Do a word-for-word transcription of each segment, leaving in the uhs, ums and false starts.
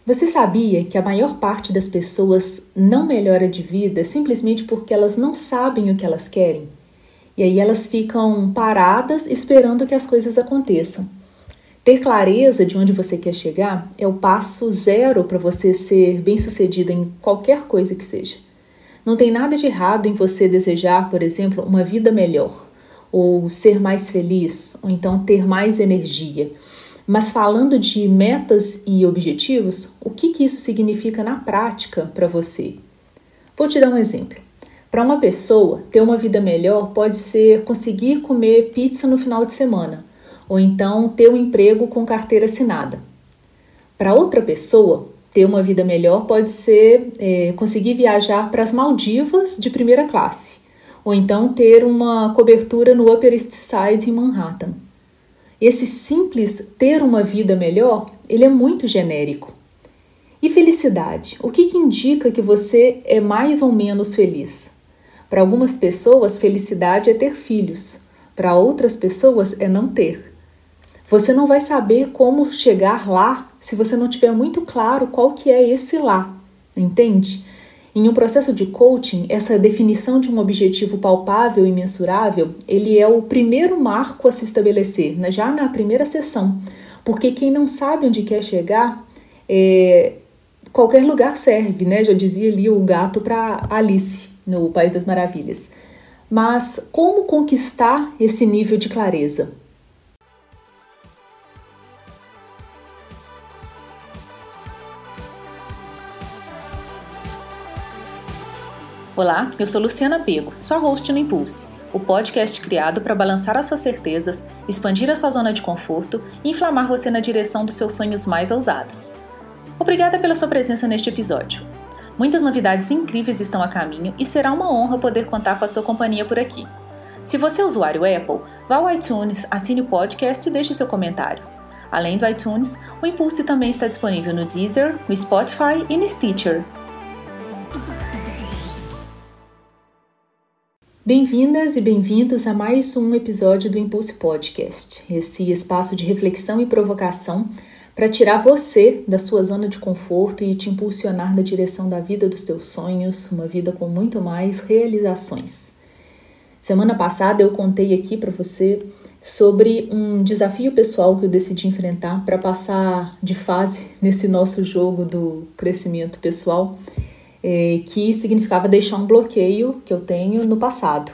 Você sabia que a maior parte das pessoas não melhora de vida simplesmente porque elas não sabem o que elas querem? E aí elas ficam paradas esperando que as coisas aconteçam. Ter clareza de onde você quer chegar é o passo zero para você ser bem-sucedida em qualquer coisa que seja. Não tem nada de errado em você desejar, por exemplo, uma vida melhor, ou ser mais feliz, ou então ter mais energia. Mas falando de metas e objetivos, o que, que isso significa na prática para você? Vou te dar um exemplo. Para uma pessoa, ter uma vida melhor pode ser conseguir comer pizza no final de semana, ou então ter um emprego com carteira assinada. Para outra pessoa, ter uma vida melhor pode ser é, conseguir viajar para as Maldivas de primeira classe, ou então ter uma cobertura no Upper East Side em Manhattan. Esse simples ter uma vida melhor, ele é muito genérico. E felicidade? O que, que indica que você é mais ou menos feliz? Para algumas pessoas, felicidade é ter filhos. Para outras pessoas, é não ter. Você não vai saber como chegar lá se você não tiver muito claro qual que é esse lá, entende? Em um processo de coaching, essa definição de um objetivo palpável e mensurável, ele é o primeiro marco a se estabelecer, né? Já na primeira sessão, porque quem não sabe onde quer chegar, é, qualquer lugar serve, né? Já dizia ali o gato para Alice, no País das Maravilhas. Mas como conquistar esse nível de clareza? Olá, eu sou Luciana Pego, sua host no Impulse, o podcast criado para balançar as suas certezas, expandir a sua zona de conforto e inflamar você na direção dos seus sonhos mais ousados. Obrigada pela sua presença neste episódio. Muitas novidades incríveis estão a caminho e será uma honra poder contar com a sua companhia por aqui. Se você é usuário Apple, vá ao iTunes, assine o podcast e deixe seu comentário. Além do iTunes, o Impulse também está disponível no Deezer, no Spotify e no Stitcher. Bem-vindas e bem-vindos a mais um episódio do Impulse Podcast, esse espaço de reflexão e provocação para tirar você da sua zona de conforto e te impulsionar na direção da vida dos teus sonhos, uma vida com muito mais realizações. Semana passada eu contei aqui para você sobre um desafio pessoal que eu decidi enfrentar para passar de fase nesse nosso jogo do crescimento pessoal, É, que significava deixar um bloqueio que eu tenho no passado.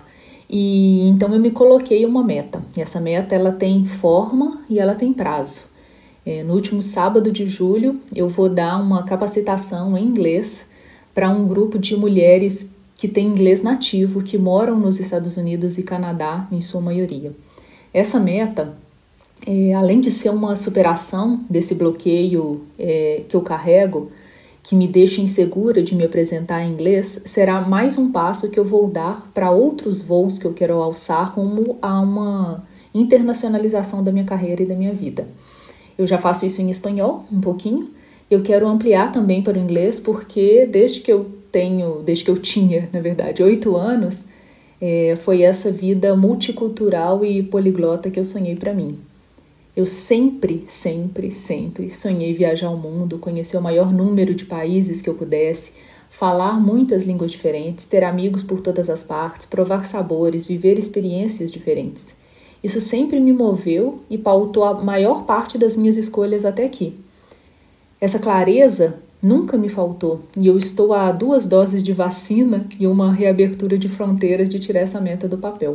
E então eu me coloquei uma meta. E essa meta ela tem forma e ela tem prazo. É, no último sábado de julho eu vou dar uma capacitação em inglês para um grupo de mulheres que tem inglês nativo, que moram nos Estados Unidos e Canadá, em sua maioria. Essa meta, é, além de ser uma superação desse bloqueio é, que eu carrego, que me deixa insegura de me apresentar em inglês, será mais um passo que eu vou dar para outros voos que eu quero alçar rumo a uma internacionalização da minha carreira e da minha vida. Eu já faço isso em espanhol, um pouquinho. Eu quero ampliar também para o inglês, porque desde que eu tenho, desde que eu tinha, na verdade, oito anos, é, foi essa vida multicultural e poliglota que eu sonhei para mim. Eu sempre, sempre, sempre sonhei viajar ao mundo, conhecer o maior número de países que eu pudesse, falar muitas línguas diferentes, ter amigos por todas as partes, provar sabores, viver experiências diferentes. Isso sempre me moveu e pautou a maior parte das minhas escolhas até aqui. Essa clareza nunca me faltou e eu estou a duas doses de vacina e uma reabertura de fronteiras de tirar essa meta do papel.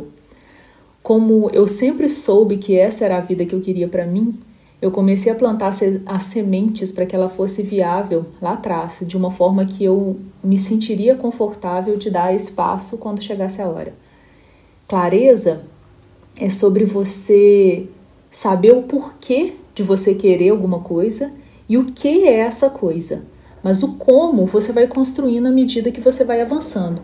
Como eu sempre soube que essa era a vida que eu queria para mim, eu comecei a plantar as sementes para que ela fosse viável lá atrás, de uma forma que eu me sentiria confortável de dar esse passo quando chegasse a hora. Clareza é sobre você saber o porquê de você querer alguma coisa e o que é essa coisa, mas o como você vai construindo à medida que você vai avançando.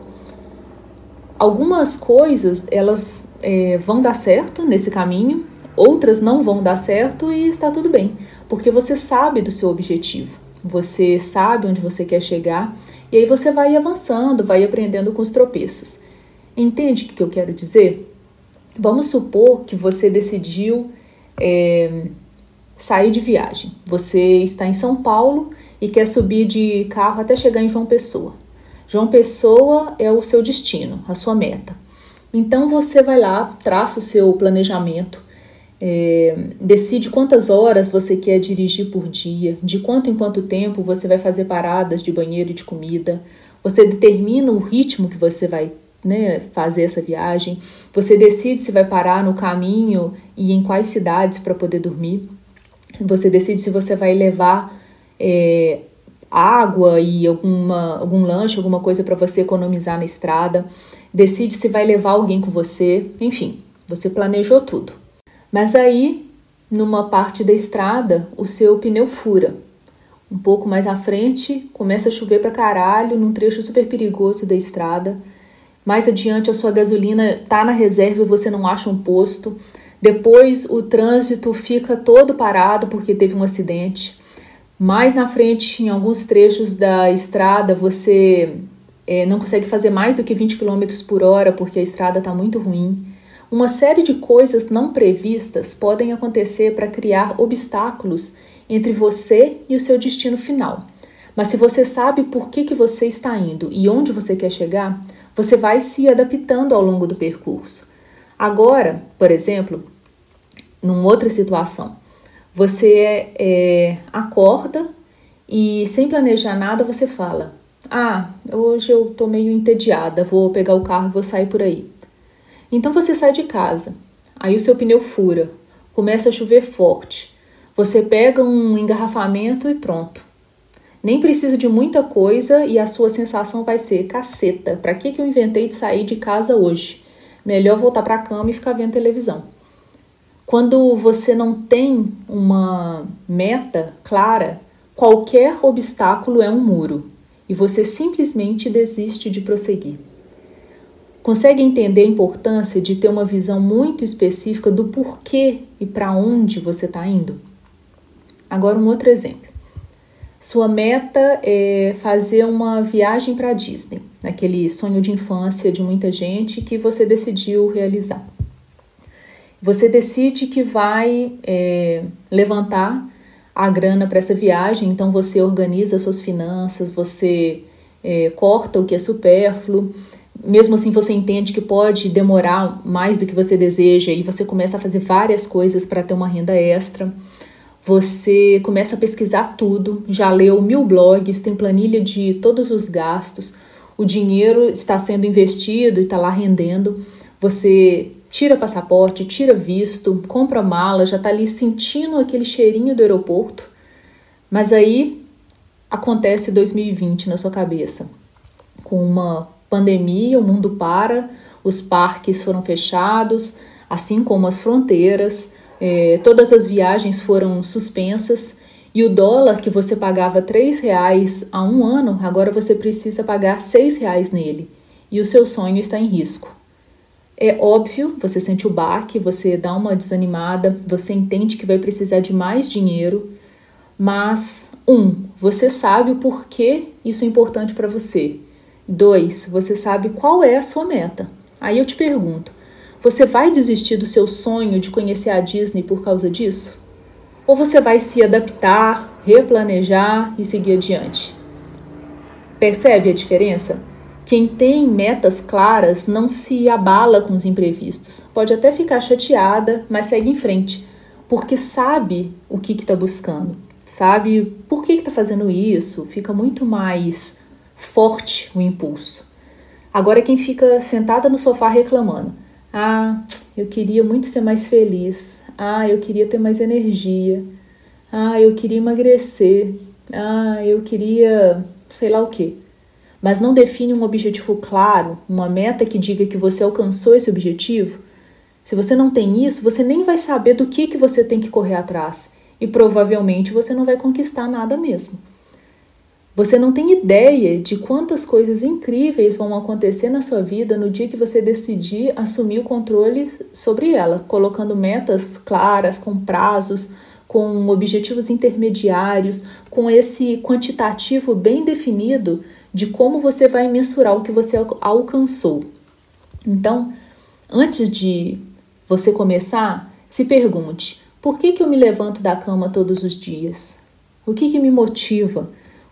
Algumas coisas, elas é, vão dar certo nesse caminho, outras não vão dar certo e está tudo bem, porque você sabe do seu objetivo, você sabe onde você quer chegar e aí você vai avançando, vai aprendendo com os tropeços. Entende o que eu quero dizer? Vamos supor que você decidiu é, sair de viagem. Você está em São Paulo e quer subir de carro até chegar em João Pessoa. João Pessoa é o seu destino, a sua meta. Então você vai lá, traça o seu planejamento, é, decide quantas horas você quer dirigir por dia, de quanto em quanto tempo você vai fazer paradas de banheiro e de comida, você determina o ritmo que você vai, né, fazer essa viagem, você decide se vai parar no caminho e em quais cidades para poder dormir, você decide se você vai levar é, água e alguma, algum lanche, alguma coisa para você economizar na estrada, decide se vai levar alguém com você, enfim, você planejou tudo. Mas aí, numa parte da estrada, o seu pneu fura. Um pouco mais à frente, começa a chover pra caralho, num trecho super perigoso da estrada. Mais adiante, a sua gasolina tá na reserva e você não acha um posto. Depois, o trânsito fica todo parado porque teve um acidente. Mais na frente, em alguns trechos da estrada, você é, não consegue fazer mais do que vinte quilômetros por hora porque a estrada está muito ruim. Uma série de coisas não previstas podem acontecer para criar obstáculos entre você e o seu destino final. Mas se você sabe por que, que você está indo e onde você quer chegar, você vai se adaptando ao longo do percurso. Agora, por exemplo, numa outra situação, você é, acorda e sem planejar nada você fala: ah, hoje eu tô meio entediada, vou pegar o carro e vou sair por aí. Então você sai de casa, aí o seu pneu fura, começa a chover forte, você pega um engarrafamento e pronto. Nem precisa de muita coisa e a sua sensação vai ser: caceta, pra que que eu inventei de sair de casa hoje? Melhor voltar pra cama e ficar vendo televisão. Quando você não tem uma meta clara, qualquer obstáculo é um muro e você simplesmente desiste de prosseguir. Consegue entender a importância de ter uma visão muito específica do porquê e para onde você está indo? Agora um outro exemplo. Sua meta é fazer uma viagem para a Disney, aquele sonho de infância de muita gente que você decidiu realizar. Você decide que vai é, levantar a grana para essa viagem, então você organiza suas finanças, você é, corta o que é supérfluo, mesmo assim você entende que pode demorar mais do que você deseja e você começa a fazer várias coisas para ter uma renda extra. Você começa a pesquisar tudo, já leu mil blogs, tem planilha de todos os gastos, o dinheiro está sendo investido e está lá rendendo, você tira passaporte, tira visto, compra mala, já está ali sentindo aquele cheirinho do aeroporto. Mas aí acontece dois mil e vinte na sua cabeça. Com uma pandemia, o mundo para, os parques foram fechados, assim como as fronteiras, eh, todas as viagens foram suspensas e o dólar que você pagava três reais há um ano, agora você precisa pagar seis reais nele e o seu sonho está em risco. É óbvio, você sente o baque, você dá uma desanimada, você entende que vai precisar de mais dinheiro, mas, um, você sabe o porquê isso é importante para você. Dois, você sabe qual é a sua meta. Aí eu te pergunto, você vai desistir do seu sonho de conhecer a Disney por causa disso? Ou você vai se adaptar, replanejar e seguir adiante? Percebe a diferença? Quem tem metas claras não se abala com os imprevistos. Pode até ficar chateada, mas segue em frente, porque sabe o que está buscando, sabe por que está fazendo isso, fica muito mais forte o impulso. Agora quem fica sentada no sofá reclamando: ah, eu queria muito ser mais feliz, ah, eu queria ter mais energia, ah, eu queria emagrecer, ah, eu queria sei lá o quê. Mas não define um objetivo claro, uma meta que diga que você alcançou esse objetivo, se você não tem isso, você nem vai saber do que, que você tem que correr atrás e provavelmente você não vai conquistar nada mesmo. Você não tem ideia de quantas coisas incríveis vão acontecer na sua vida no dia que você decidir assumir o controle sobre ela, colocando metas claras, com prazos, com objetivos intermediários, com esse quantitativo bem definido de como você vai mensurar o que você alcançou. Então, antes de você começar, se pergunte: por que que eu me levanto da cama todos os dias? O que que me motiva?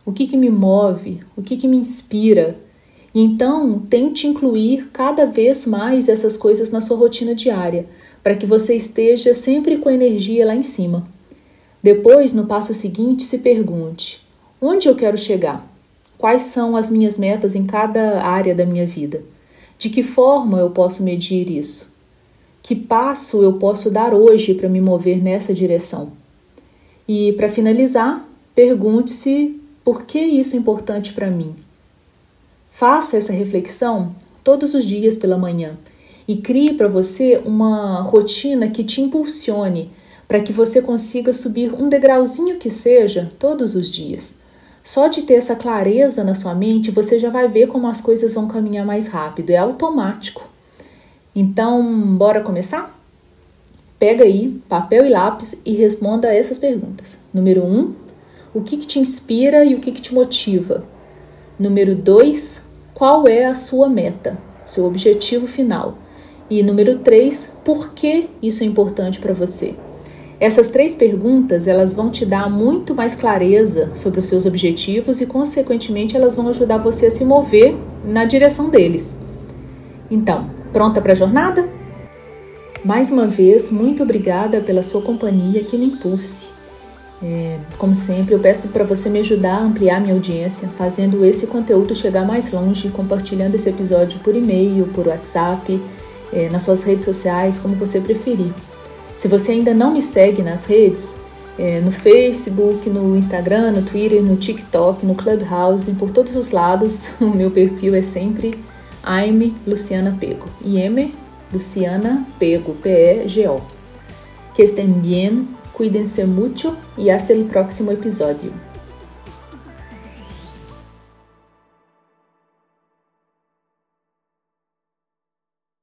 o que, que me move, o que, que me inspira. E então, tente incluir cada vez mais essas coisas na sua rotina diária, para que você esteja sempre com a energia lá em cima. Depois, no passo seguinte, se pergunte: onde eu quero chegar? Quais são as minhas metas em cada área da minha vida? De que forma eu posso medir isso? Que passo eu posso dar hoje para me mover nessa direção? E, para finalizar, pergunte-se por que isso é importante para mim. Faça essa reflexão todos os dias pela manhã e crie para você uma rotina que te impulsione para que você consiga subir um degrauzinho que seja todos os dias. Só de ter essa clareza na sua mente, você já vai ver como as coisas vão caminhar mais rápido, é automático. Então, bora começar? Pega aí papel e lápis e responda a essas perguntas. Número um, o que, que te inspira e o que, que te motiva? Número dois, qual é a sua meta, seu objetivo final? E número três, por que isso é importante para você? Essas três perguntas, elas vão te dar muito mais clareza sobre os seus objetivos e, consequentemente, elas vão ajudar você a se mover na direção deles. Então, pronta para a jornada? Mais uma vez, muito obrigada pela sua companhia aqui no Impulse. É, como sempre, eu peço para você me ajudar a ampliar minha audiência, fazendo esse conteúdo chegar mais longe, compartilhando esse episódio por e-mail, por WhatsApp, é, nas suas redes sociais, como você preferir. Se você ainda não me segue nas redes, é, no Facebook, no Instagram, no Twitter, no TikTok, no Clubhouse, por todos os lados, o meu perfil é sempre I'm Luciana Pego. I M Luciana Pego, P E G O. Que estén bien, cuídense mucho y hasta el próximo episodio.